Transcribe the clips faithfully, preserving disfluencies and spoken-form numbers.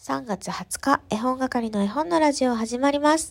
さんがつはつか、絵本係の絵本のラジオ始まります。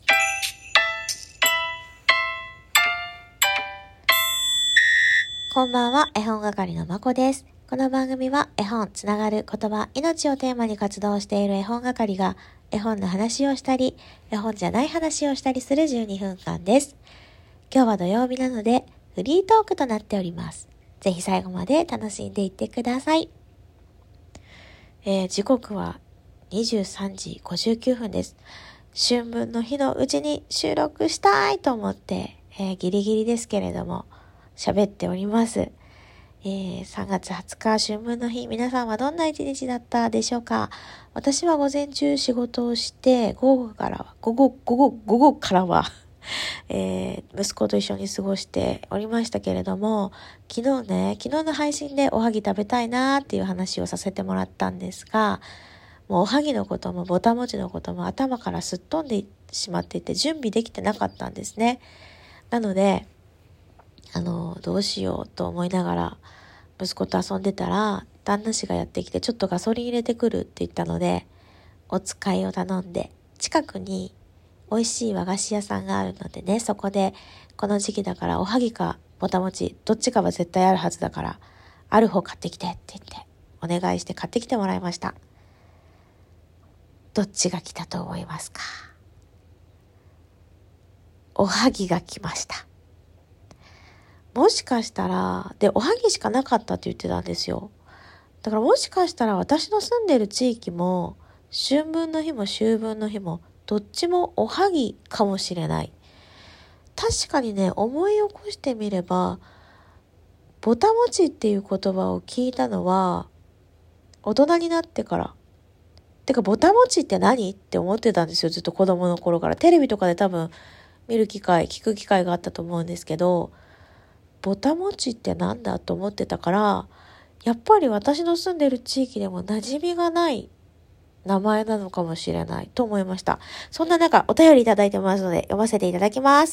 こんばんは、絵本係のまこです。この番組は絵本、つながる、言葉、命をテーマに活動している絵本係が絵本の話をしたり、絵本じゃない話をしたりするじゅうにふんかんです。今日は土曜日なのでフリートークとなっております。ぜひ最後まで楽しんでいってください。えー、時刻はにじゅうさんじごじゅうきゅうふんです。春分の日のうちに収録したいと思って、えー、ギリギリですけれども喋っております。えー、さんがつはつか春分の日、皆さんはどんな一日だったでしょうか。私は午前中仕事をして、午後からは午後午後午後からは、えー、息子と一緒に過ごしておりましたけれども、昨日ね昨日の配信でおはぎ食べたいなーっていう話をさせてもらったんですが、もうおはぎのこともぼたもちのことも頭からすっ飛んでしまっていて準備できてなかったんですね。なのであのどうしようと思いながら息子と遊んでたら、旦那氏がやってきてちょっとガソリン入れてくるって言ったので、お使いを頼んで、近くに美味しい和菓子屋さんがあるのでね、そこでこの時期だからおはぎかぼたもちどっちかは絶対あるはずだから、ある方買ってきてって言ってお願いして買ってきてもらいました。どっちが来たと思いますか？おはぎが来ました。もしかしたら、で、おはぎしかなかったって言ってたんですよ。だからもしかしたら私の住んでる地域も、春分の日も秋分の日も、どっちもおはぎかもしれない。確かにね、思い起こしてみれば、ぼたもちっていう言葉を聞いたのは、大人になってから。てか、ぼたもちって何って思ってたんですよ。ずっと子供の頃から。テレビとかで多分見る機会、聞く機会があったと思うんですけど、ぼたもちってなんだと思ってたから、やっぱり私の住んでる地域でも馴染みがない名前なのかもしれないと思いました。そんな中、お便りいただいてますので読ませていただきます。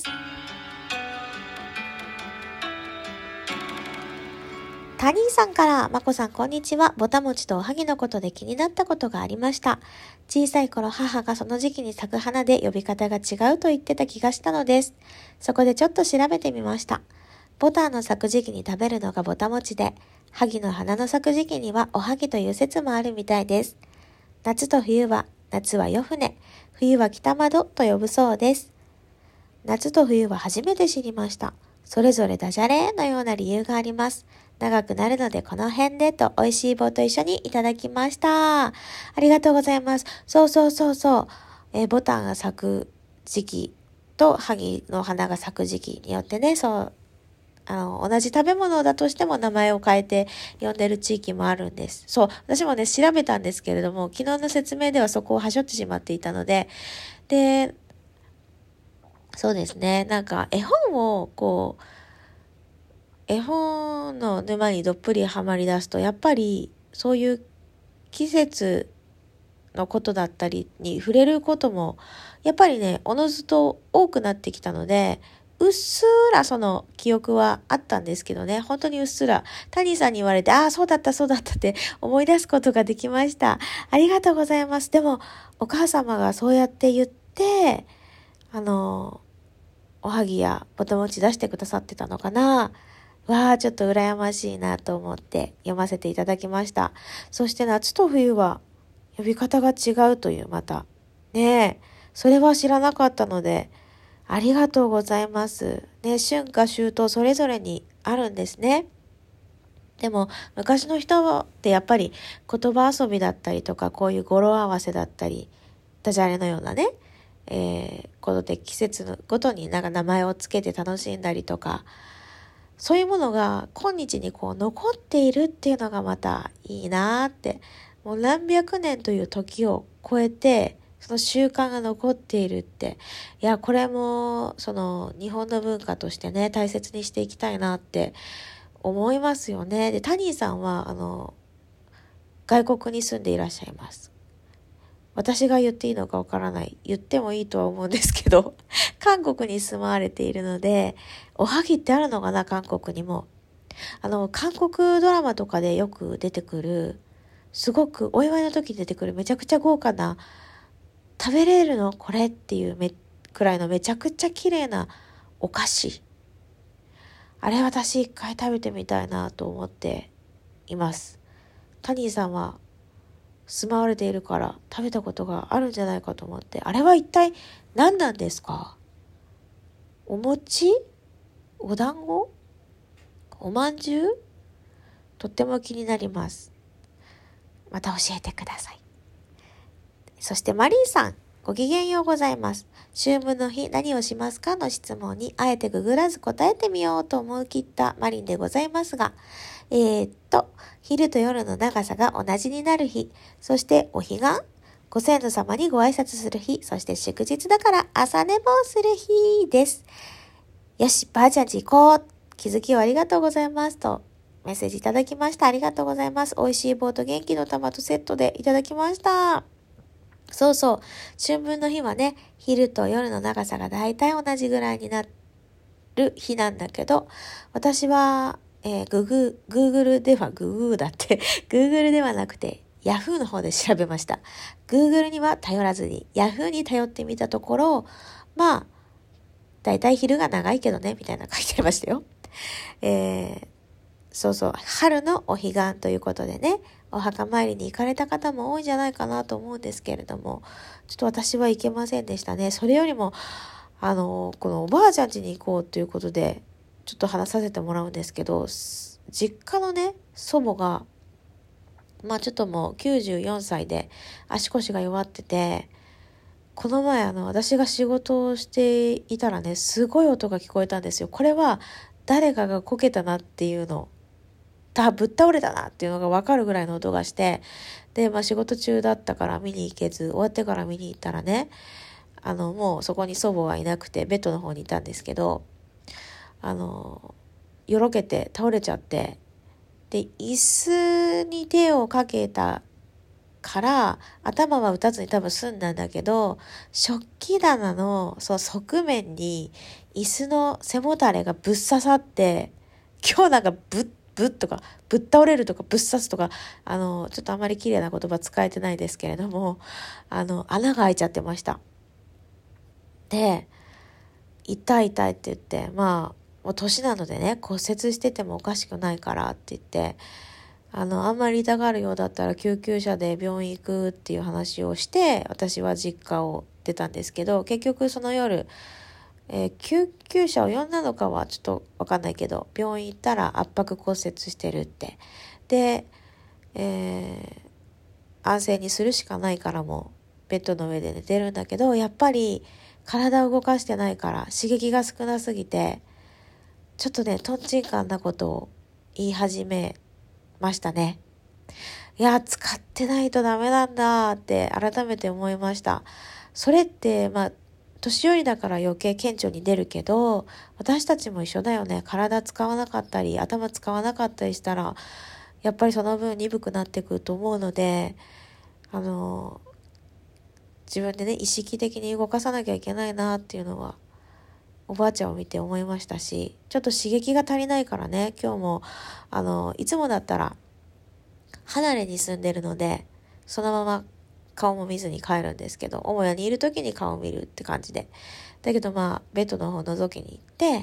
タニーさんから、まこさんこんにちは。ぼたもちとおはぎのことで気になったことがありました。小さい頃母がその時期に咲く花で呼び方が違うと言ってた気がしたのです。そこでちょっと調べてみました。ボタンの咲く時期に食べるのがぼたもちで、はぎの花の咲く時期にはおはぎという説もあるみたいです。夏と冬は、夏は夜船、冬は北窓と呼ぶそうです。夏と冬は初めて知りました。それぞれダジャレのような理由があります。長くなるのでこの辺でと美味しい棒と一緒にいただきました。ありがとうございます。そうそうそうそう。えー、ボタンが咲く時期とハギの花が咲く時期によってね、そう、あの、同じ食べ物だとしても名前を変えて呼んでる地域もあるんです。そう、私もね、調べたんですけれども、昨日の説明ではそこをはしょってしまっていたので、で、そうですね、なんか絵本をこう、絵本の沼にどっぷりはまり出すと、やっぱりそういう季節のことだったりに触れることもやっぱりね、おのずと多くなってきたので、うっすらその記憶はあったんですけどね、本当にうっすらタニーさんに言われて、ああそうだったそうだったって思い出すことができました。ありがとうございます。でもお母様がそうやって言って、あのおはぎやぼたもち出してくださってたのかな。わあ、ちょっと羨ましいなと思って読ませていただきました。そして夏と冬は呼び方が違うという、またねえ、それは知らなかったのでありがとうございます。ね、春夏秋冬それぞれにあるんですね。でも昔の人ってやっぱり言葉遊びだったりとか、こういう語呂合わせだったり、ダジャレのようなね、えー、ことで季節のごとになんか名前をつけて楽しんだりとか、そういうものが今日にこう残っているっていうのがまたいいなーって。もう何百年という時を超えてその習慣が残っているって、いやこれもその日本の文化としてね、大切にしていきたいなって思いますよね。で、タニーさんはあの外国に住んでいらっしゃいます。私が言っていいのかわからない。言ってもいいとは思うんですけど、韓国に住まわれているので、おはぎってあるのかな、韓国にも。あの、韓国ドラマとかでよく出てくる、 すごくお祝いの時に出てくるめちゃくちゃ豪華な、食べれるのこれっていうめくらいのめちゃくちゃ綺麗なお菓子。あれ私一回食べてみたいなと思っています。タニーさんは住まわれているから食べたことがあるんじゃないかと思って、あれは一体何なんですか？お餅？お団子？おまんじゅう？とっても気になります。また教えてください。そしてマリーさん、ごきげんようございます。秋分の日何をしますかの質問にあえてググらず答えてみようと思い切ったマリンでございますが、えー、っと、昼と夜の長さが同じになる日、そしてお彼岸、ご先祖様にご挨拶する日、そして祝日だから朝寝坊する日です。よし、ばあちゃんち行こう。気づきをありがとうございますとメッセージいただきました。ありがとうございます。美味しい棒と元気の玉とセットでいただきました。そうそう。春分の日はね、昼と夜の長さがだいたい同じぐらいになる日なんだけど、私は、えー、ググ、グーグルでは、ググーだって、グーグルではなくて、ヤフーの方で調べました。グーグルには頼らずに、ヤフーに頼ってみたところ、まあ、だいたい昼が長いけどね、みたいな書いてありましたよ。えー、そうそう、春のお彼岸ということでね、お墓参りに行かれた方も多いんじゃないかなと思うんですけれども、ちょっと私は行けませんでしたね。それよりも、あの、このおばあちゃん家に行こうということで、ちょっと話させてもらうんですけど、実家のね、祖母が、まあちょっともうきゅうじゅうよんさいで足腰が弱ってて、この前あの、私が仕事をしていたらね、すごい音が聞こえたんですよ。これは誰かがこけたなっていうの。だぶっ倒れたなっていうのが分かるぐらいの音がして、で、まあ仕事中だったから見に行けず、終わってから見に行ったらね、あの、もうそこに祖母はいなくて、ベッドの方にいたんですけど、あの、よろけて倒れちゃって、で、椅子に手をかけたから、頭は打たずに多分済んだんだけど、食器棚のそう側面に椅子の背もたれがぶっ刺さって、今日なんかぶっぶっとか、ぶっ倒れるとか、ぶっ刺すとか、あの、ちょっとあまり綺麗な言葉使えてないですけれども、あの、穴が開いちゃってました。で、痛い痛いって言って、まあ、もう年なのでね、骨折しててもおかしくないからって言って、あの、あんまり痛がるようだったら救急車で病院行くっていう話をして、私は実家を出たんですけど、結局その夜、えー、救急車を呼んだのかはちょっとわかんないけど、病院行ったら圧迫骨折してるって。で、えー、安静にするしかないからもうベッドの上で寝てるんだけど、やっぱり体を動かしてないから刺激が少なすぎて、ちょっとね、トンチンカンなことを言い始めましたね。いや、使ってないとダメなんだって改めて思いました。それって、まあ、年寄りだから余計顕著に出るけど、私たちも一緒だよね。体使わなかったり、頭使わなかったりしたら、やっぱりその分鈍くなってくると思うので、あの、自分でね、意識的に動かさなきゃいけないなっていうのは、おばあちゃんを見て思いましたし、ちょっと刺激が足りないからね、今日も、あの、いつもだったら、離れに住んでるので、そのまま顔も見ずに帰るんですけど、母屋にいる時に顔を見るって感じで。だけどまあ、ベッドの方覗きに行って、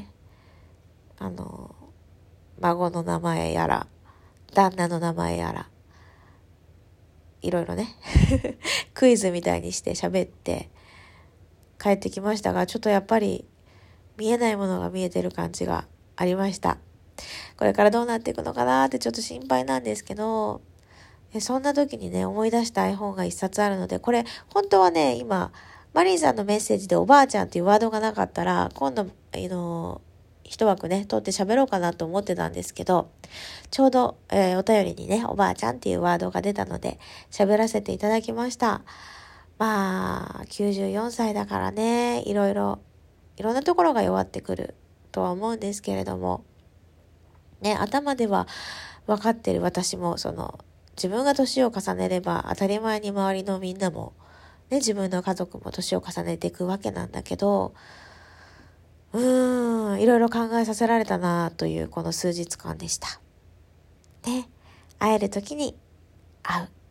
あの、孫の名前やら、旦那の名前やら、いろいろね、クイズみたいにして喋って帰ってきましたが、ちょっとやっぱり見えないものが見えてる感じがありました。これからどうなっていくのかなってちょっと心配なんですけど、そんな時にね、思い出した絵本が一冊あるので、これ、本当はね、今、マリンさんのメッセージでおばあちゃんっていうワードがなかったら、今度、あの、一枠ね、取って喋ろうかなと思ってたんですけど、ちょうど、えー、お便りにね、おばあちゃんっていうワードが出たので、喋らせていただきました。まあ、きゅうじゅうよんさいだからね、いろいろ、いろんなところが弱ってくるとは思うんですけれども、ね、頭では分かってる私も、その、自分が年を重ねれば当たり前に周りのみんなも、ね、自分の家族も年を重ねていくわけなんだけど、うーん、いろいろ考えさせられたなというこの数日間でした。ね、会える時に会う。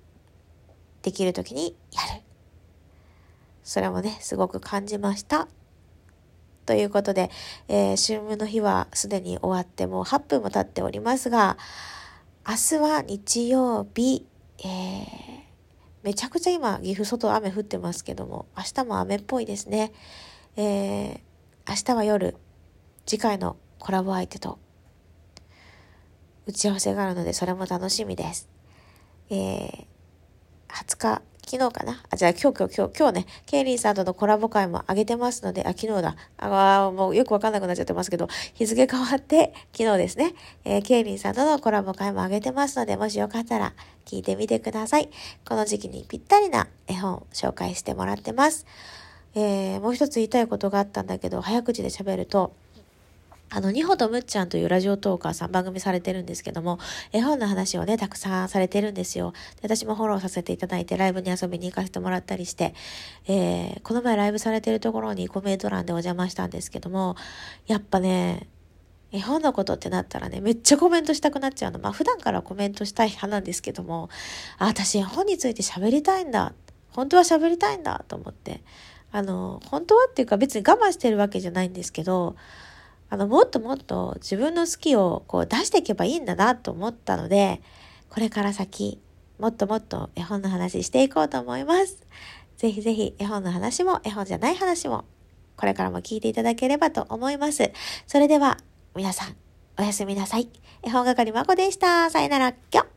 できる時にやる。それもね、すごく感じました。ということで、えー、春分の日はすでに終わってもうはっぷんも経っておりますが、明日は日曜日、えー、めちゃくちゃ今岐阜外雨降ってますけども、明日も雨っぽいですね。えー、明日は夜、次回のコラボ相手と打ち合わせがあるので、それも楽しみです。えー、はつか、昨日かなあ、じゃあ今日今日今日今日ね、ケイリンさんとのコラボ会も上げてますので、あ、昨日だ。あ、もうよくわかんなくなっちゃってますけど、日付変わって昨日ですね、えー、ケイリンさんとのコラボ会も上げてますので、もしよかったら聞いてみてください。この時期にぴったりな絵本を紹介してもらってます。えー、もう一つ言いたいことがあったんだけど、早口で喋ると、あの、にほとむっちゃんというラジオトーカーさん番組されてるんですけども、絵本の話をね、たくさんされてるんですよ。で、私もフォローさせていただいて、ライブに遊びに行かせてもらったりして、えー、この前ライブされてるところにコメント欄でお邪魔したんですけども、やっぱね、絵本のことってなったらね、めっちゃコメントしたくなっちゃうの。まあ、普段からコメントしたい派なんですけども、あ、私絵本について喋りたいんだ。本当は喋りたいんだと思って。あの、本当はっていうか別に我慢してるわけじゃないんですけど、あの、もっともっと自分の好きをこう出していけばいいんだなと思ったので、これから先、もっともっと絵本の話していこうと思います。ぜひぜひ絵本の話も絵本じゃない話も、これからも聞いていただければと思います。それでは、皆さん、おやすみなさい。絵本係まこでした。さよなら、きょ。